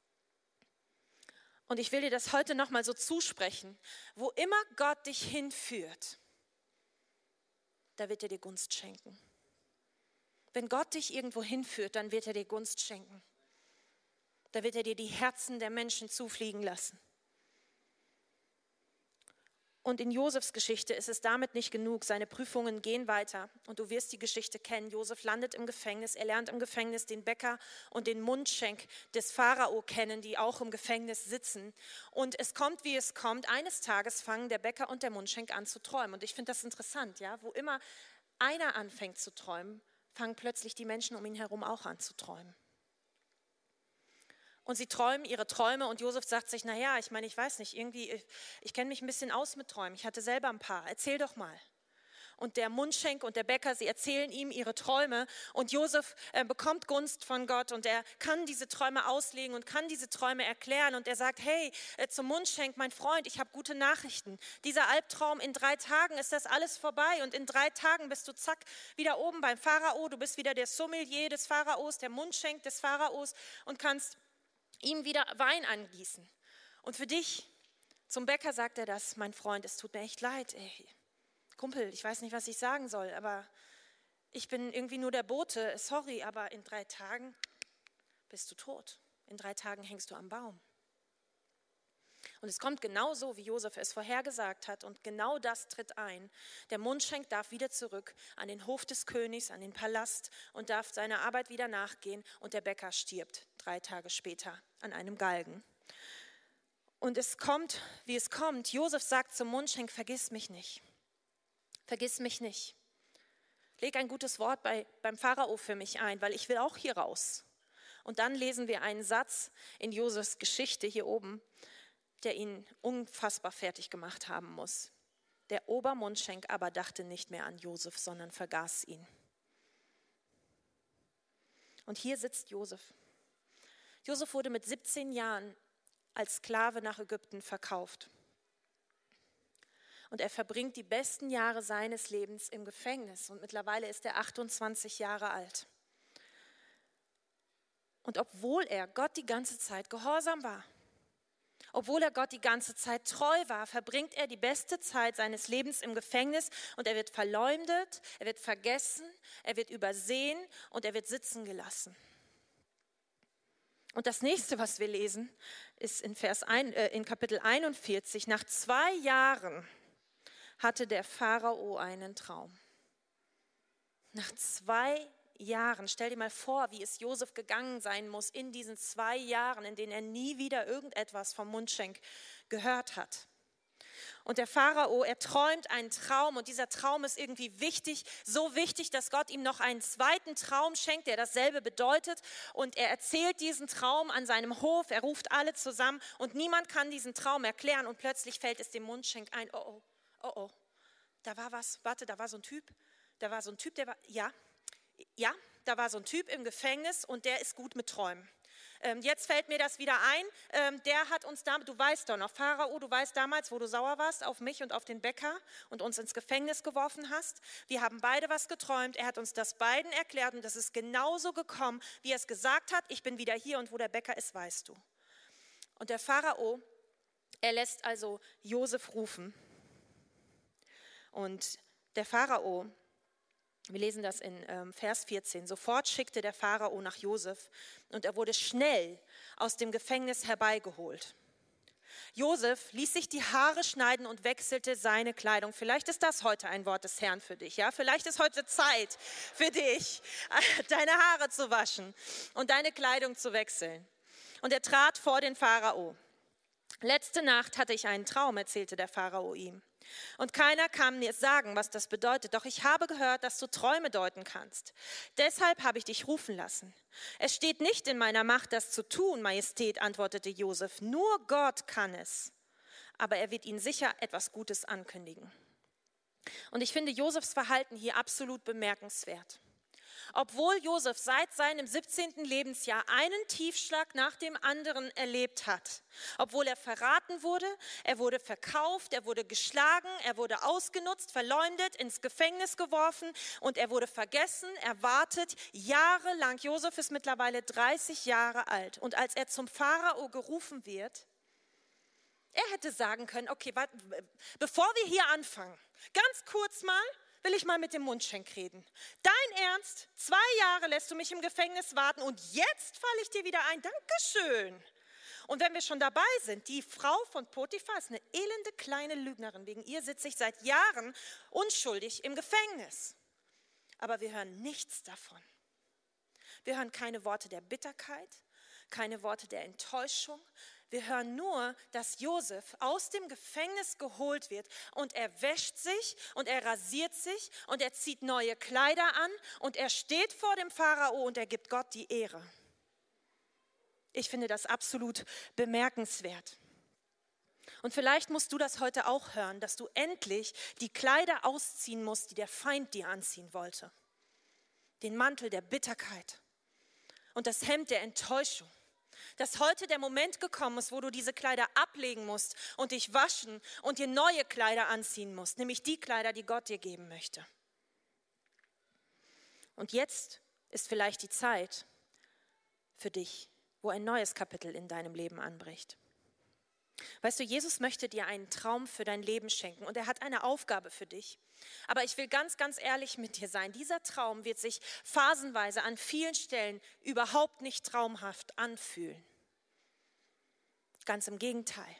Speaker 2: Und ich will dir das heute nochmal so zusprechen. Wo immer Gott dich hinführt, da wird er dir Gunst schenken. Wenn Gott dich irgendwo hinführt, dann wird er dir Gunst schenken. Da wird er dir die Herzen der Menschen zufliegen lassen. Und in Josefs Geschichte ist es damit nicht genug. Seine Prüfungen gehen weiter und du wirst die Geschichte kennen. Josef landet im Gefängnis. Er lernt im Gefängnis den Bäcker und den Mundschenk des Pharao kennen, die auch im Gefängnis sitzen. Und es kommt, wie es kommt. Eines Tages fangen der Bäcker und der Mundschenk an zu träumen. Und ich finde das interessant, ja, wo immer einer anfängt zu träumen, fangen plötzlich die Menschen um ihn herum auch an zu träumen. Und sie träumen ihre Träume und Josef sagt sich, naja, ich meine, ich weiß nicht, irgendwie, ich, ich kenne mich ein bisschen aus mit Träumen. Ich hatte selber ein paar, erzähl doch mal. Und der Mundschenk und der Bäcker, sie erzählen ihm ihre Träume und Josef äh, bekommt Gunst von Gott und er kann diese Träume auslegen und kann diese Träume erklären und er sagt, hey, äh, zum Mundschenk, mein Freund, ich habe gute Nachrichten. Dieser Albtraum, in drei Tagen ist das alles vorbei und in drei Tagen bist du zack wieder oben beim Pharao, du bist wieder der Sommelier des Pharaos, der Mundschenk des Pharaos und kannst ihm wieder Wein angießen. Und für dich, zum Bäcker sagt er das, mein Freund, es tut mir echt leid. Ey, Kumpel, ich weiß nicht, was ich sagen soll, aber ich bin irgendwie nur der Bote. Sorry, aber in drei Tagen bist du tot. In drei Tagen hängst du am Baum. Und es kommt genau so, wie Josef es vorhergesagt hat und genau das tritt ein. Der Mundschenk darf wieder zurück an den Hof des Königs, an den Palast und darf seiner Arbeit wieder nachgehen und der Bäcker stirbt drei Tage später an einem Galgen. Und es kommt, wie es kommt. Josef sagt zum Mundschenk, vergiss mich nicht. vergiss mich nicht. Leg ein gutes Wort bei, beim Pharao für mich ein, weil ich will auch hier raus. Und dann lesen wir einen Satz in Josefs Geschichte hier oben, der ihn unfassbar fertig gemacht haben muss. Der Obermundschenk aber dachte nicht mehr an Josef, sondern vergaß ihn. Und hier sitzt Josef. Josef wurde mit siebzehn Jahren als Sklave nach Ägypten verkauft. Und er verbringt die besten Jahre seines Lebens im Gefängnis. Und mittlerweile ist er achtundzwanzig Jahre alt. Und obwohl er Gott die ganze Zeit gehorsam war, obwohl er Gott die ganze Zeit treu war, verbringt er die beste Zeit seines Lebens im Gefängnis und er wird verleumdet, er wird vergessen, er wird übersehen und er wird sitzen gelassen. Und das nächste, was wir lesen, ist in, Vers ein, äh, in Kapitel einundvierzig. Nach zwei Jahren hatte der Pharao einen Traum. Nach zwei Jahren. Jahren. Stell dir mal vor, wie es Josef gegangen sein muss in diesen zwei Jahren, in denen er nie wieder irgendetwas vom Mundschenk gehört hat. Und der Pharao, er träumt einen Traum und dieser Traum ist irgendwie wichtig, so wichtig, dass Gott ihm noch einen zweiten Traum schenkt, der dasselbe bedeutet. Und er erzählt diesen Traum an seinem Hof, er ruft alle zusammen und niemand kann diesen Traum erklären und plötzlich fällt es dem Mundschenk ein, oh oh, oh oh, da war was, warte, da war so ein Typ, da war so ein Typ, der war, ja, Ja, da war so ein Typ im Gefängnis und der ist gut mit Träumen. Ähm, jetzt fällt mir das wieder ein, ähm, der hat uns damals, du weißt doch noch, Pharao, du weißt damals, wo du sauer warst auf mich und auf den Bäcker und uns ins Gefängnis geworfen hast. Wir haben beide was geträumt, er hat uns das beiden erklärt und das ist genauso gekommen, wie er es gesagt hat, ich bin wieder hier und wo der Bäcker ist, weißt du. Und der Pharao, er lässt also Josef rufen und der Pharao, wir lesen das in ähm, Vers vierzehn. Sofort schickte der Pharao nach Josef und er wurde schnell aus dem Gefängnis herbeigeholt. Josef ließ sich die Haare schneiden und wechselte seine Kleidung. Vielleicht ist das heute ein Wort des Herrn für dich. Ja? Vielleicht ist heute Zeit für dich, deine Haare zu waschen und deine Kleidung zu wechseln. Und er trat vor den Pharao. Letzte Nacht hatte ich einen Traum, erzählte der Pharao ihm. Und keiner kann mir sagen, was das bedeutet. Doch ich habe gehört, dass du Träume deuten kannst. Deshalb habe ich dich rufen lassen. Es steht nicht in meiner Macht, das zu tun, Majestät, antwortete Josef. Nur Gott kann es. Aber er wird ihnen sicher etwas Gutes ankündigen. Und ich finde Josefs Verhalten hier absolut bemerkenswert. Obwohl Josef seit seinem siebzehnten Lebensjahr einen Tiefschlag nach dem anderen erlebt hat, obwohl er verraten wurde, er wurde verkauft, er wurde geschlagen, er wurde ausgenutzt, verleumdet, ins Gefängnis geworfen und er wurde vergessen, erwartet, jahrelang. Josef ist mittlerweile dreißig Jahre alt und als er zum Pharao gerufen wird, er hätte sagen können, okay, warte, bevor wir hier anfangen, ganz kurz mal, will ich mal mit dem Mundschenk reden. Dein Ernst? Zwei Jahre lässt du mich im Gefängnis warten und jetzt falle ich dir wieder ein. Dankeschön. Und wenn wir schon dabei sind, die Frau von Potiphar ist eine elende kleine Lügnerin. Wegen ihr sitze ich seit Jahren unschuldig im Gefängnis. Aber wir hören nichts davon. Wir hören keine Worte der Bitterkeit, keine Worte der Enttäuschung. Wir hören nur, dass Josef aus dem Gefängnis geholt wird und er wäscht sich und er rasiert sich und er zieht neue Kleider an und er steht vor dem Pharao und er gibt Gott die Ehre. Ich finde das absolut bemerkenswert. Und vielleicht musst du das heute auch hören, dass du endlich die Kleider ausziehen musst, die der Feind dir anziehen wollte. Den Mantel der Bitterkeit und das Hemd der Enttäuschung. Dass heute der Moment gekommen ist, wo du diese Kleider ablegen musst und dich waschen und dir neue Kleider anziehen musst, nämlich die Kleider, die Gott dir geben möchte. Und jetzt ist vielleicht die Zeit für dich, wo ein neues Kapitel in deinem Leben anbricht. Weißt du, Jesus möchte dir einen Traum für dein Leben schenken und er hat eine Aufgabe für dich. Aber ich will ganz, ganz ehrlich mit dir sein. Dieser Traum wird sich phasenweise an vielen Stellen überhaupt nicht traumhaft anfühlen. Ganz im Gegenteil.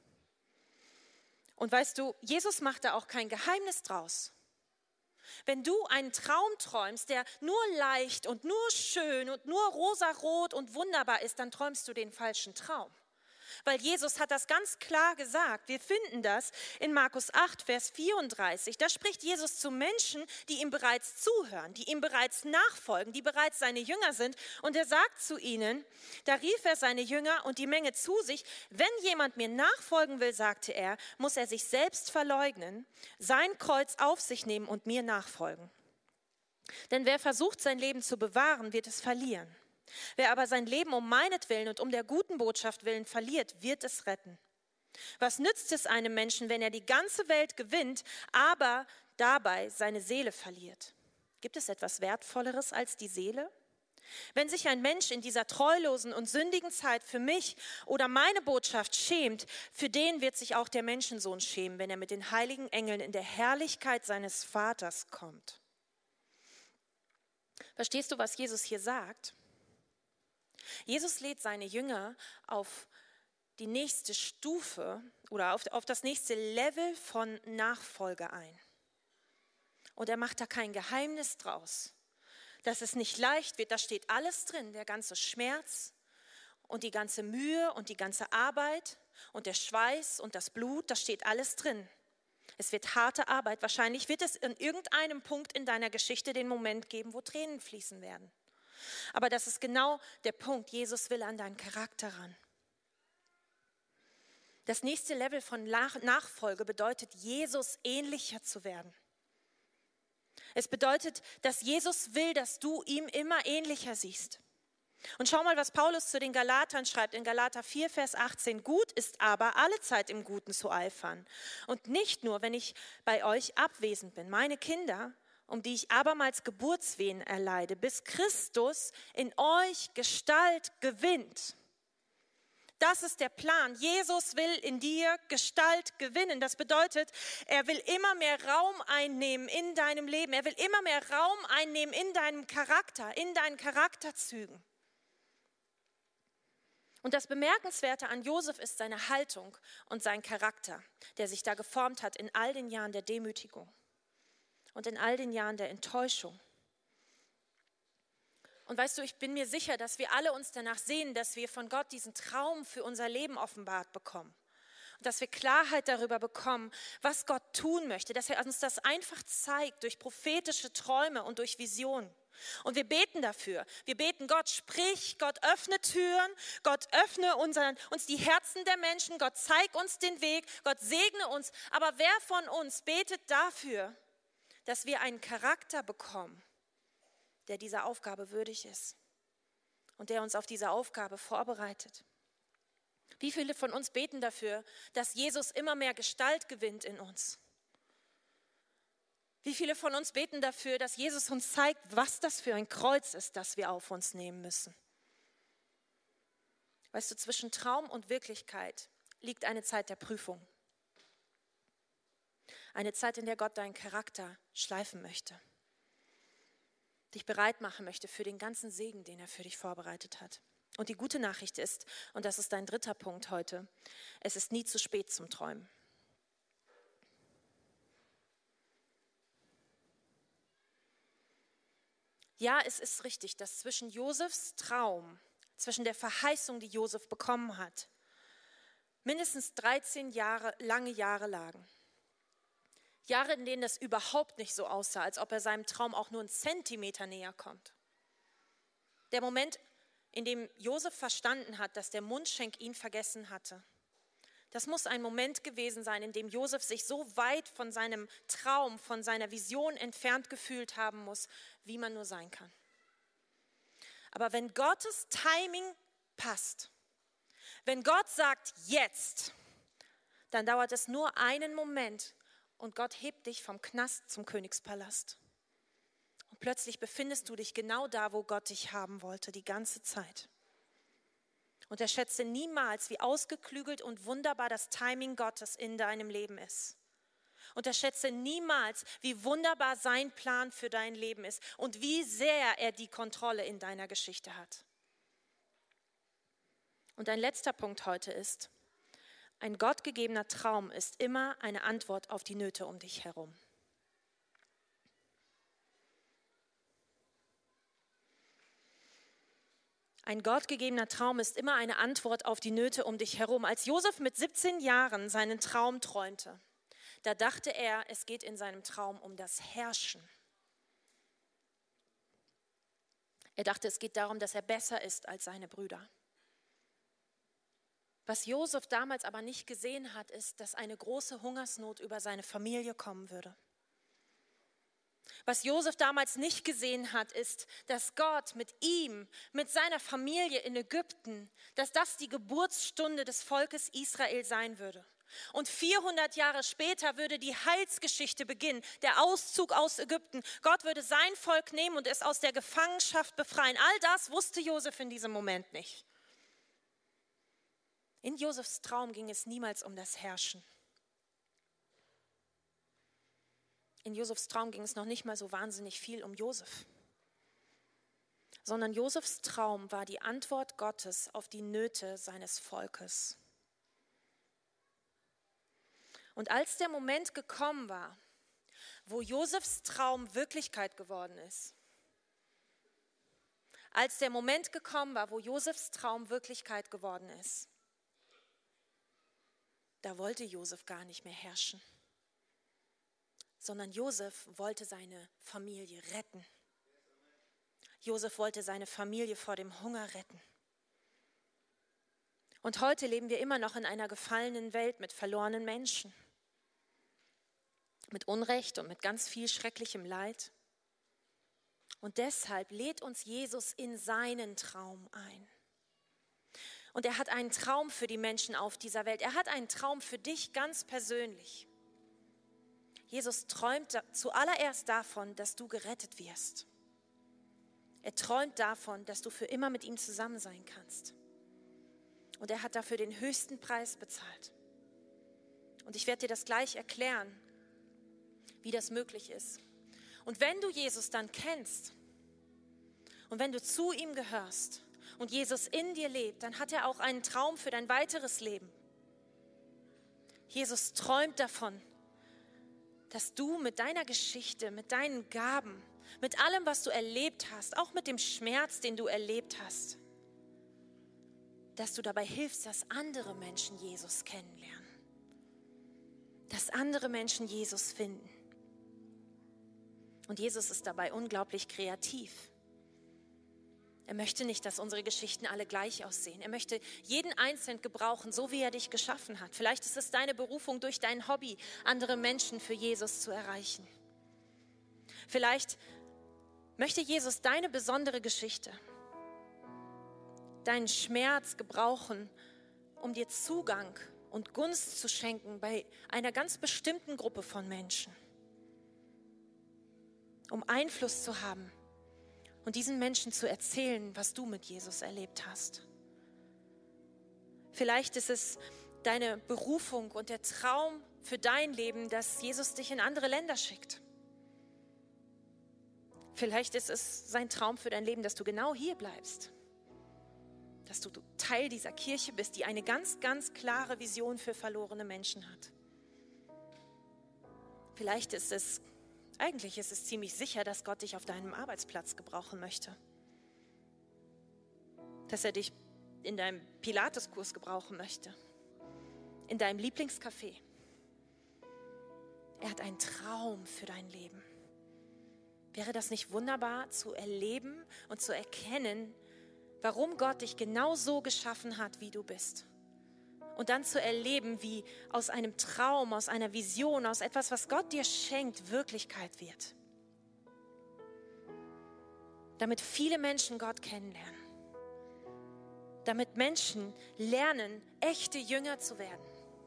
Speaker 2: Und weißt du, Jesus macht da auch kein Geheimnis draus. Wenn du einen Traum träumst, der nur leicht und nur schön und nur rosarot und wunderbar ist, dann träumst du den falschen Traum. Weil Jesus hat das ganz klar gesagt. Wir finden das in Markus acht, Vers vierunddreißig. Da spricht Jesus zu Menschen, die ihm bereits zuhören, die ihm bereits nachfolgen, die bereits seine Jünger sind. Und er sagt zu ihnen, da rief er seine Jünger und die Menge zu sich, wenn jemand mir nachfolgen will, sagte er, muss er sich selbst verleugnen, sein Kreuz auf sich nehmen und mir nachfolgen. Denn wer versucht, sein Leben zu bewahren, wird es verlieren. Wer aber sein Leben um meinetwillen und um der guten Botschaft willen verliert, wird es retten. Was nützt es einem Menschen, wenn er die ganze Welt gewinnt, aber dabei seine Seele verliert? Gibt es etwas Wertvolleres als die Seele? Wenn sich ein Mensch in dieser treulosen und sündigen Zeit für mich oder meine Botschaft schämt, für den wird sich auch der Menschensohn schämen, wenn er mit den heiligen Engeln in der Herrlichkeit seines Vaters kommt. Verstehst du, was Jesus hier sagt? Jesus lädt seine Jünger auf die nächste Stufe oder auf, auf das nächste Level von Nachfolge ein. Und er macht da kein Geheimnis draus, dass es nicht leicht wird. Da steht alles drin, der ganze Schmerz und die ganze Mühe und die ganze Arbeit und der Schweiß und das Blut, da steht alles drin. Es wird harte Arbeit. Wahrscheinlich wird es in irgendeinem Punkt in deiner Geschichte den Moment geben, wo Tränen fließen werden. Aber das ist genau der Punkt. Jesus will an deinen Charakter ran. Das nächste Level von Nachfolge bedeutet, Jesus ähnlicher zu werden. Es bedeutet, dass Jesus will, dass du ihm immer ähnlicher siehst. Und schau mal, was Paulus zu den Galatern schreibt in Galater vier, Vers achtzehn. Gut ist aber, alle Zeit im Guten zu eifern. Und nicht nur, wenn ich bei euch abwesend bin. Meine Kinder, um die ich abermals Geburtswehen erleide, bis Christus in euch Gestalt gewinnt. Das ist der Plan. Jesus will in dir Gestalt gewinnen. Das bedeutet, er will immer mehr Raum einnehmen in deinem Leben. Er will immer mehr Raum einnehmen in deinem Charakter, in deinen Charakterzügen. Und das Bemerkenswerte an Josef ist seine Haltung und sein Charakter, der sich da geformt hat in all den Jahren der Demütigung und in all den Jahren der Enttäuschung. Und weißt du, ich bin mir sicher, dass wir alle uns danach sehen, dass wir von Gott diesen Traum für unser Leben offenbart bekommen. Und dass wir Klarheit darüber bekommen, was Gott tun möchte, dass er uns das einfach zeigt durch prophetische Träume und durch Visionen. Und wir beten dafür. Wir beten, Gott sprich, Gott öffne Türen, Gott öffne unseren, uns die Herzen der Menschen, Gott zeig uns den Weg, Gott segne uns. Aber wer von uns betet dafür, dass wir einen Charakter bekommen, der dieser Aufgabe würdig ist und der uns auf diese Aufgabe vorbereitet? Wie viele von uns beten dafür, dass Jesus immer mehr Gestalt gewinnt in uns? Wie viele von uns beten dafür, dass Jesus uns zeigt, was das für ein Kreuz ist, das wir auf uns nehmen müssen? Weißt du, zwischen Traum und Wirklichkeit liegt eine Zeit der Prüfung. Eine Zeit, in der Gott deinen Charakter schleifen möchte. Dich bereit machen möchte für den ganzen Segen, den er für dich vorbereitet hat. Und die gute Nachricht ist, und das ist dein dritter Punkt heute, es ist nie zu spät zum Träumen. Ja, es ist richtig, dass zwischen Josefs Traum, zwischen der Verheißung, die Josef bekommen hat, mindestens dreizehn Jahre, lange Jahre lagen. Jahre, in denen es überhaupt nicht so aussah, als ob er seinem Traum auch nur einen Zentimeter näher kommt. Der Moment, in dem Josef verstanden hat, dass der Mundschenk ihn vergessen hatte. Das muss ein Moment gewesen sein, in dem Josef sich so weit von seinem Traum, von seiner Vision entfernt gefühlt haben muss, wie man nur sein kann. Aber wenn Gottes Timing passt, wenn Gott sagt, jetzt, dann dauert es nur einen Moment und Gott hebt dich vom Knast zum Königspalast. Und plötzlich befindest du dich genau da, wo Gott dich haben wollte, die ganze Zeit. Unterschätze niemals, wie ausgeklügelt und wunderbar das Timing Gottes in deinem Leben ist. Unterschätze niemals, wie wunderbar sein Plan für dein Leben ist und wie sehr er die Kontrolle in deiner Geschichte hat. Und ein letzter Punkt heute ist, ein gottgegebener Traum ist immer eine Antwort auf die Nöte um dich herum. Ein gottgegebener Traum ist immer eine Antwort auf die Nöte um dich herum. Als Josef mit siebzehn Jahren seinen Traum träumte, da dachte er, es geht in seinem Traum um das Herrschen. Er dachte, es geht darum, dass er besser ist als seine Brüder. Was Josef damals aber nicht gesehen hat, ist, dass eine große Hungersnot über seine Familie kommen würde. Was Josef damals nicht gesehen hat, ist, dass Gott mit ihm, mit seiner Familie in Ägypten, dass das die Geburtsstunde des Volkes Israel sein würde. Und vierhundert Jahre später würde die Heilsgeschichte beginnen, der Auszug aus Ägypten. Gott würde sein Volk nehmen und es aus der Gefangenschaft befreien. All das wusste Josef in diesem Moment nicht. In Josefs Traum ging es niemals um das Herrschen. In Josefs Traum ging es noch nicht mal so wahnsinnig viel um Josef, sondern Josefs Traum war die Antwort Gottes auf die Nöte seines Volkes. Und als der Moment gekommen war, wo Josefs Traum Wirklichkeit geworden ist, als der Moment gekommen war, wo Josefs Traum Wirklichkeit geworden ist, da wollte Josef gar nicht mehr herrschen, sondern Josef wollte seine Familie retten. Josef wollte seine Familie vor dem Hunger retten. Und heute leben wir immer noch in einer gefallenen Welt mit verlorenen Menschen, mit Unrecht und mit ganz viel schrecklichem Leid. Und deshalb lädt uns Jesus in seinen Traum ein. Und er hat einen Traum für die Menschen auf dieser Welt. Er hat einen Traum für dich ganz persönlich. Jesus träumt zuallererst davon, dass du gerettet wirst. Er träumt davon, dass du für immer mit ihm zusammen sein kannst. Und er hat dafür den höchsten Preis bezahlt. Und ich werde dir das gleich erklären, wie das möglich ist. Und wenn du Jesus dann kennst und wenn du zu ihm gehörst und Jesus in dir lebt, dann hat er auch einen Traum für dein weiteres Leben. Jesus träumt davon, dass du mit deiner Geschichte, mit deinen Gaben, mit allem, was du erlebt hast, auch mit dem Schmerz, den du erlebt hast, dass du dabei hilfst, dass andere Menschen Jesus kennenlernen, dass andere Menschen Jesus finden. Und Jesus ist dabei unglaublich kreativ. Er möchte nicht, dass unsere Geschichten alle gleich aussehen. Er möchte jeden Einzelnen gebrauchen, so wie er dich geschaffen hat. Vielleicht ist es deine Berufung, durch dein Hobby andere Menschen für Jesus zu erreichen. Vielleicht möchte Jesus deine besondere Geschichte, deinen Schmerz gebrauchen, um dir Zugang und Gunst zu schenken bei einer ganz bestimmten Gruppe von Menschen. Um Einfluss zu haben und diesen Menschen zu erzählen, was du mit Jesus erlebt hast. Vielleicht ist es deine Berufung und der Traum für dein Leben, dass Jesus dich in andere Länder schickt. Vielleicht ist es sein Traum für dein Leben, dass du genau hier bleibst. Dass du Teil dieser Kirche bist, die eine ganz, ganz klare Vision für verlorene Menschen hat. Vielleicht ist es Eigentlich ist es ziemlich sicher, dass Gott dich auf deinem Arbeitsplatz gebrauchen möchte. Dass er dich in deinem Pilateskurs gebrauchen möchte. In deinem Lieblingscafé. Er hat einen Traum für dein Leben. Wäre das nicht wunderbar zu erleben und zu erkennen, warum Gott dich genau so geschaffen hat, wie du bist? Und dann zu erleben, wie aus einem Traum, aus einer Vision, aus etwas, was Gott dir schenkt, Wirklichkeit wird. Damit viele Menschen Gott kennenlernen. Damit Menschen lernen, echte Jünger zu werden.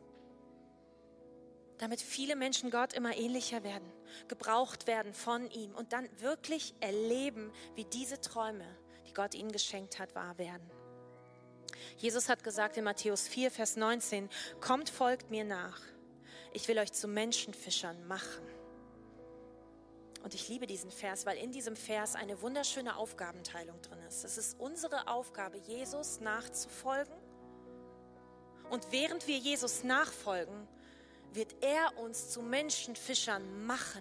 Speaker 2: Damit viele Menschen Gott immer ähnlicher werden, gebraucht werden von ihm und dann wirklich erleben, wie diese Träume, die Gott ihnen geschenkt hat, wahr werden. Jesus hat gesagt in Matthäus vier, Vers neunzehn, kommt, folgt mir nach. Ich will euch zu Menschenfischern machen. Und ich liebe diesen Vers, weil in diesem Vers eine wunderschöne Aufgabenteilung drin ist. Es ist unsere Aufgabe, Jesus nachzufolgen. Und während wir Jesus nachfolgen, wird er uns zu Menschenfischern machen.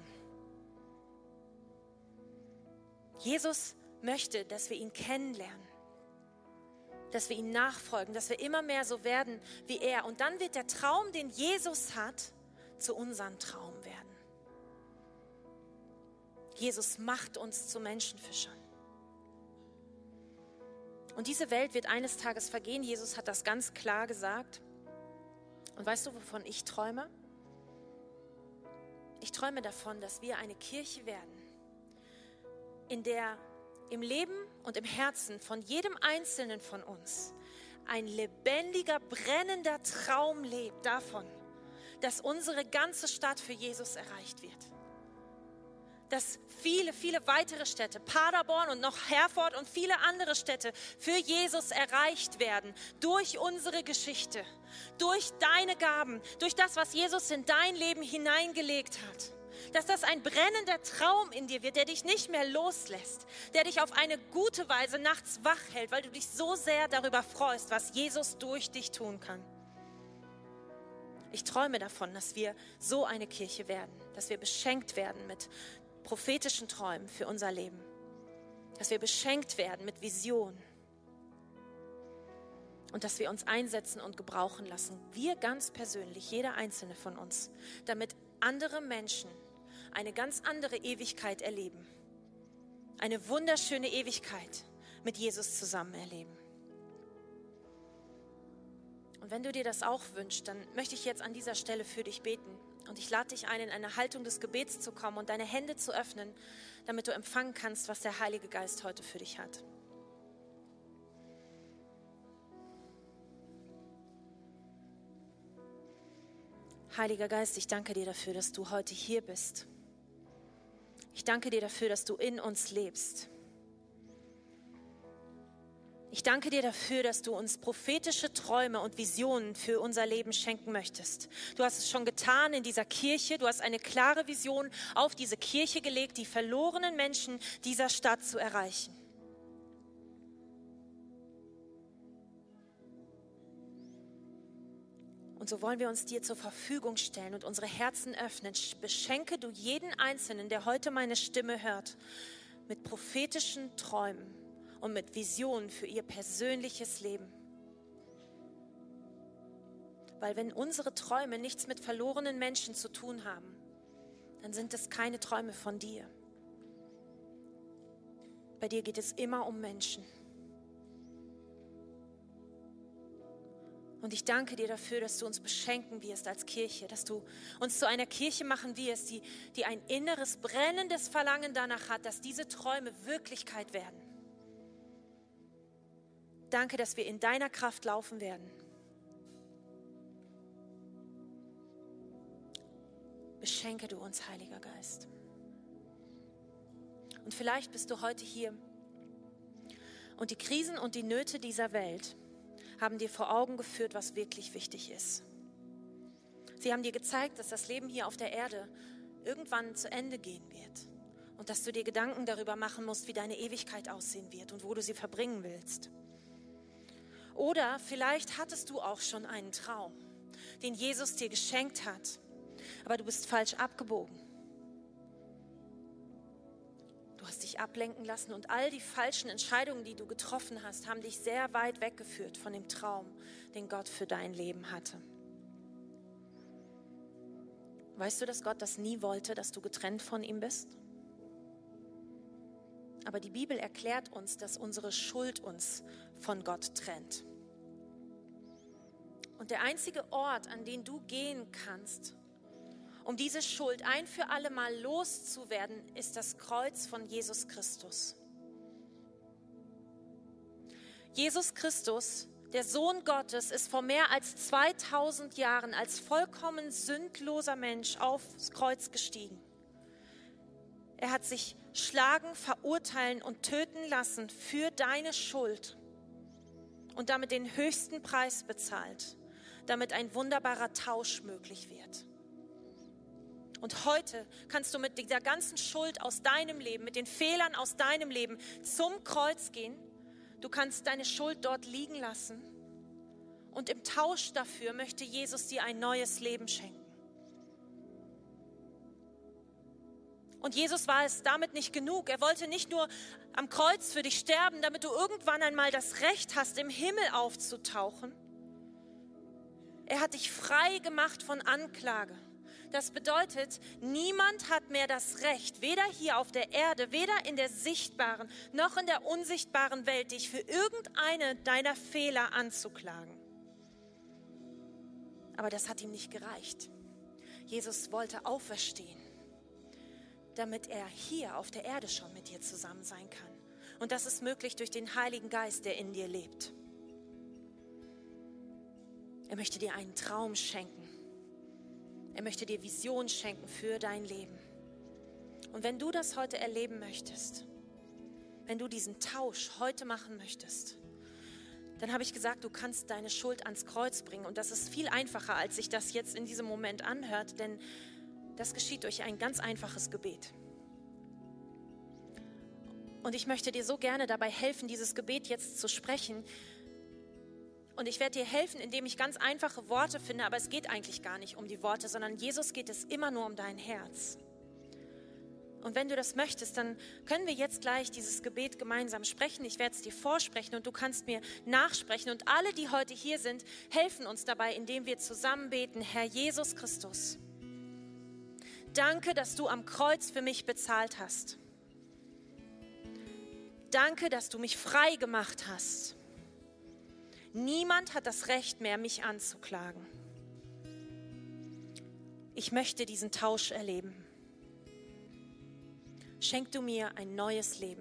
Speaker 2: Jesus möchte, dass wir ihn kennenlernen. dass wir ihm nachfolgen, dass wir immer mehr so werden wie er. Und dann wird der Traum, den Jesus hat, zu unserem Traum werden. Jesus macht uns zu Menschenfischern. Und diese Welt wird eines Tages vergehen. Jesus hat das ganz klar gesagt. Und weißt du, wovon ich träume? Ich träume davon, dass wir eine Kirche werden, in der im Leben und im Herzen von jedem Einzelnen von uns ein lebendiger, brennender Traum lebt davon, dass unsere ganze Stadt für Jesus erreicht wird. Dass viele, viele weitere Städte, Paderborn und noch Herford und viele andere Städte für Jesus erreicht werden. Durch unsere Geschichte, durch deine Gaben, durch das, was Jesus in dein Leben hineingelegt hat. Dass das ein brennender Traum in dir wird, der dich nicht mehr loslässt, der dich auf eine gute Weise nachts wach hält, weil du dich so sehr darüber freust, was Jesus durch dich tun kann. Ich träume davon, dass wir so eine Kirche werden, dass wir beschenkt werden mit prophetischen Träumen für unser Leben, dass wir beschenkt werden mit Visionen und dass wir uns einsetzen und gebrauchen lassen, wir ganz persönlich, jeder einzelne von uns, damit andere Menschen eine ganz andere Ewigkeit erleben, eine wunderschöne Ewigkeit mit Jesus zusammen erleben. Und wenn du dir das auch wünschst, dann möchte ich jetzt an dieser Stelle für dich beten. Und ich lade dich ein, in eine Haltung des Gebets zu kommen und deine Hände zu öffnen, damit du empfangen kannst, was der Heilige Geist heute für dich hat. Heiliger Geist, ich danke dir dafür, dass du heute hier bist. Ich danke dir dafür, dass du in uns lebst. Ich danke dir dafür, dass du uns prophetische Träume und Visionen für unser Leben schenken möchtest. Du hast es schon getan in dieser Kirche. Du hast eine klare Vision auf diese Kirche gelegt, die verlorenen Menschen dieser Stadt zu erreichen. Und so wollen wir uns dir zur Verfügung stellen und unsere Herzen öffnen. Beschenke du jeden Einzelnen, der heute meine Stimme hört, mit prophetischen Träumen und mit Visionen für ihr persönliches Leben. Weil wenn unsere Träume nichts mit verlorenen Menschen zu tun haben, dann sind es keine Träume von dir. Bei dir geht es immer um Menschen. Und ich danke dir dafür, dass du uns beschenken wirst als Kirche, dass du uns zu einer Kirche machen wirst, die, die ein inneres, brennendes Verlangen danach hat, dass diese Träume Wirklichkeit werden. Danke, dass wir in deiner Kraft laufen werden. Beschenke du uns, Heiliger Geist. Und vielleicht bist du heute hier und die Krisen und die Nöte dieser Welt haben dir vor Augen geführt, was wirklich wichtig ist. Sie haben dir gezeigt, dass das Leben hier auf der Erde irgendwann zu Ende gehen wird und dass du dir Gedanken darüber machen musst, wie deine Ewigkeit aussehen wird und wo du sie verbringen willst. Oder vielleicht hattest du auch schon einen Traum, den Jesus dir geschenkt hat, aber du bist falsch abgebogen. Du hast dich ablenken lassen und all die falschen Entscheidungen, die du getroffen hast, haben dich sehr weit weggeführt von dem Traum, den Gott für dein Leben hatte. Weißt du, dass Gott das nie wollte, dass du getrennt von ihm bist? Aber die Bibel erklärt uns, dass unsere Schuld uns von Gott trennt. Und der einzige Ort, an den du gehen kannst, um diese Schuld ein für alle Mal loszuwerden, ist das Kreuz von Jesus Christus. Jesus Christus, der Sohn Gottes, ist vor mehr als zweitausend Jahren als vollkommen sündloser Mensch aufs Kreuz gestiegen. Er hat sich schlagen, verurteilen und töten lassen für deine Schuld und damit den höchsten Preis bezahlt, damit ein wunderbarer Tausch möglich wird. Und heute kannst du mit dieser ganzen Schuld aus deinem Leben, mit den Fehlern aus deinem Leben zum Kreuz gehen. Du kannst deine Schuld dort liegen lassen. Und im Tausch dafür möchte Jesus dir ein neues Leben schenken. Und Jesus war es damit nicht genug. Er wollte nicht nur am Kreuz für dich sterben, damit du irgendwann einmal das Recht hast, im Himmel aufzutauchen. Er hat dich frei gemacht von Anklage. Das bedeutet, niemand hat mehr das Recht, weder hier auf der Erde, weder in der sichtbaren noch in der unsichtbaren Welt, dich für irgendeine deiner Fehler anzuklagen. Aber das hat ihm nicht gereicht. Jesus wollte auferstehen, damit er hier auf der Erde schon mit dir zusammen sein kann. Und das ist möglich durch den Heiligen Geist, der in dir lebt. Er möchte dir einen Traum schenken. Er möchte dir Vision schenken für dein Leben. Und wenn du das heute erleben möchtest, wenn du diesen Tausch heute machen möchtest, dann habe ich gesagt, du kannst deine Schuld ans Kreuz bringen. Und das ist viel einfacher, als sich das jetzt in diesem Moment anhört, denn das geschieht durch ein ganz einfaches Gebet. Und ich möchte dir so gerne dabei helfen, dieses Gebet jetzt zu sprechen. Und ich werde dir helfen, indem ich ganz einfache Worte finde, aber es geht eigentlich gar nicht um die Worte, sondern Jesus geht es immer nur um dein Herz. Und wenn du das möchtest, dann können wir jetzt gleich dieses Gebet gemeinsam sprechen. Ich werde es dir vorsprechen und du kannst mir nachsprechen. Und alle, die heute hier sind, helfen uns dabei, indem wir zusammen beten. Herr Jesus Christus, danke, dass du am Kreuz für mich bezahlt hast. Danke, dass du mich frei gemacht hast. Niemand hat das Recht mehr, mich anzuklagen. Ich möchte diesen Tausch erleben. Schenk du mir ein neues Leben.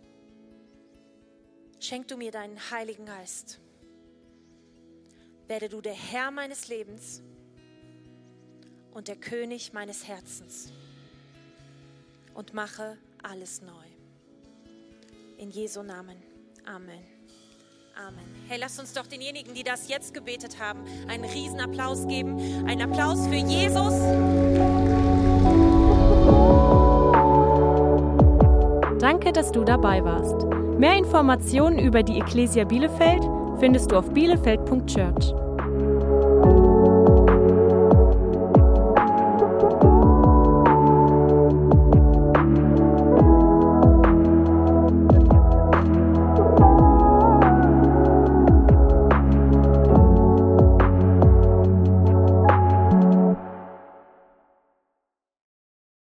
Speaker 2: Schenk du mir deinen Heiligen Geist. Werde du der Herr meines Lebens und der König meines Herzens und mache alles neu. In Jesu Namen. Amen. Amen. Hey, lasst uns doch denjenigen, die das jetzt gebetet haben, einen riesen Applaus geben. Einen Applaus für Jesus.
Speaker 1: Danke, dass du dabei warst. Mehr Informationen über die Ecclesia Bielefeld findest du auf bielefeld punkt church.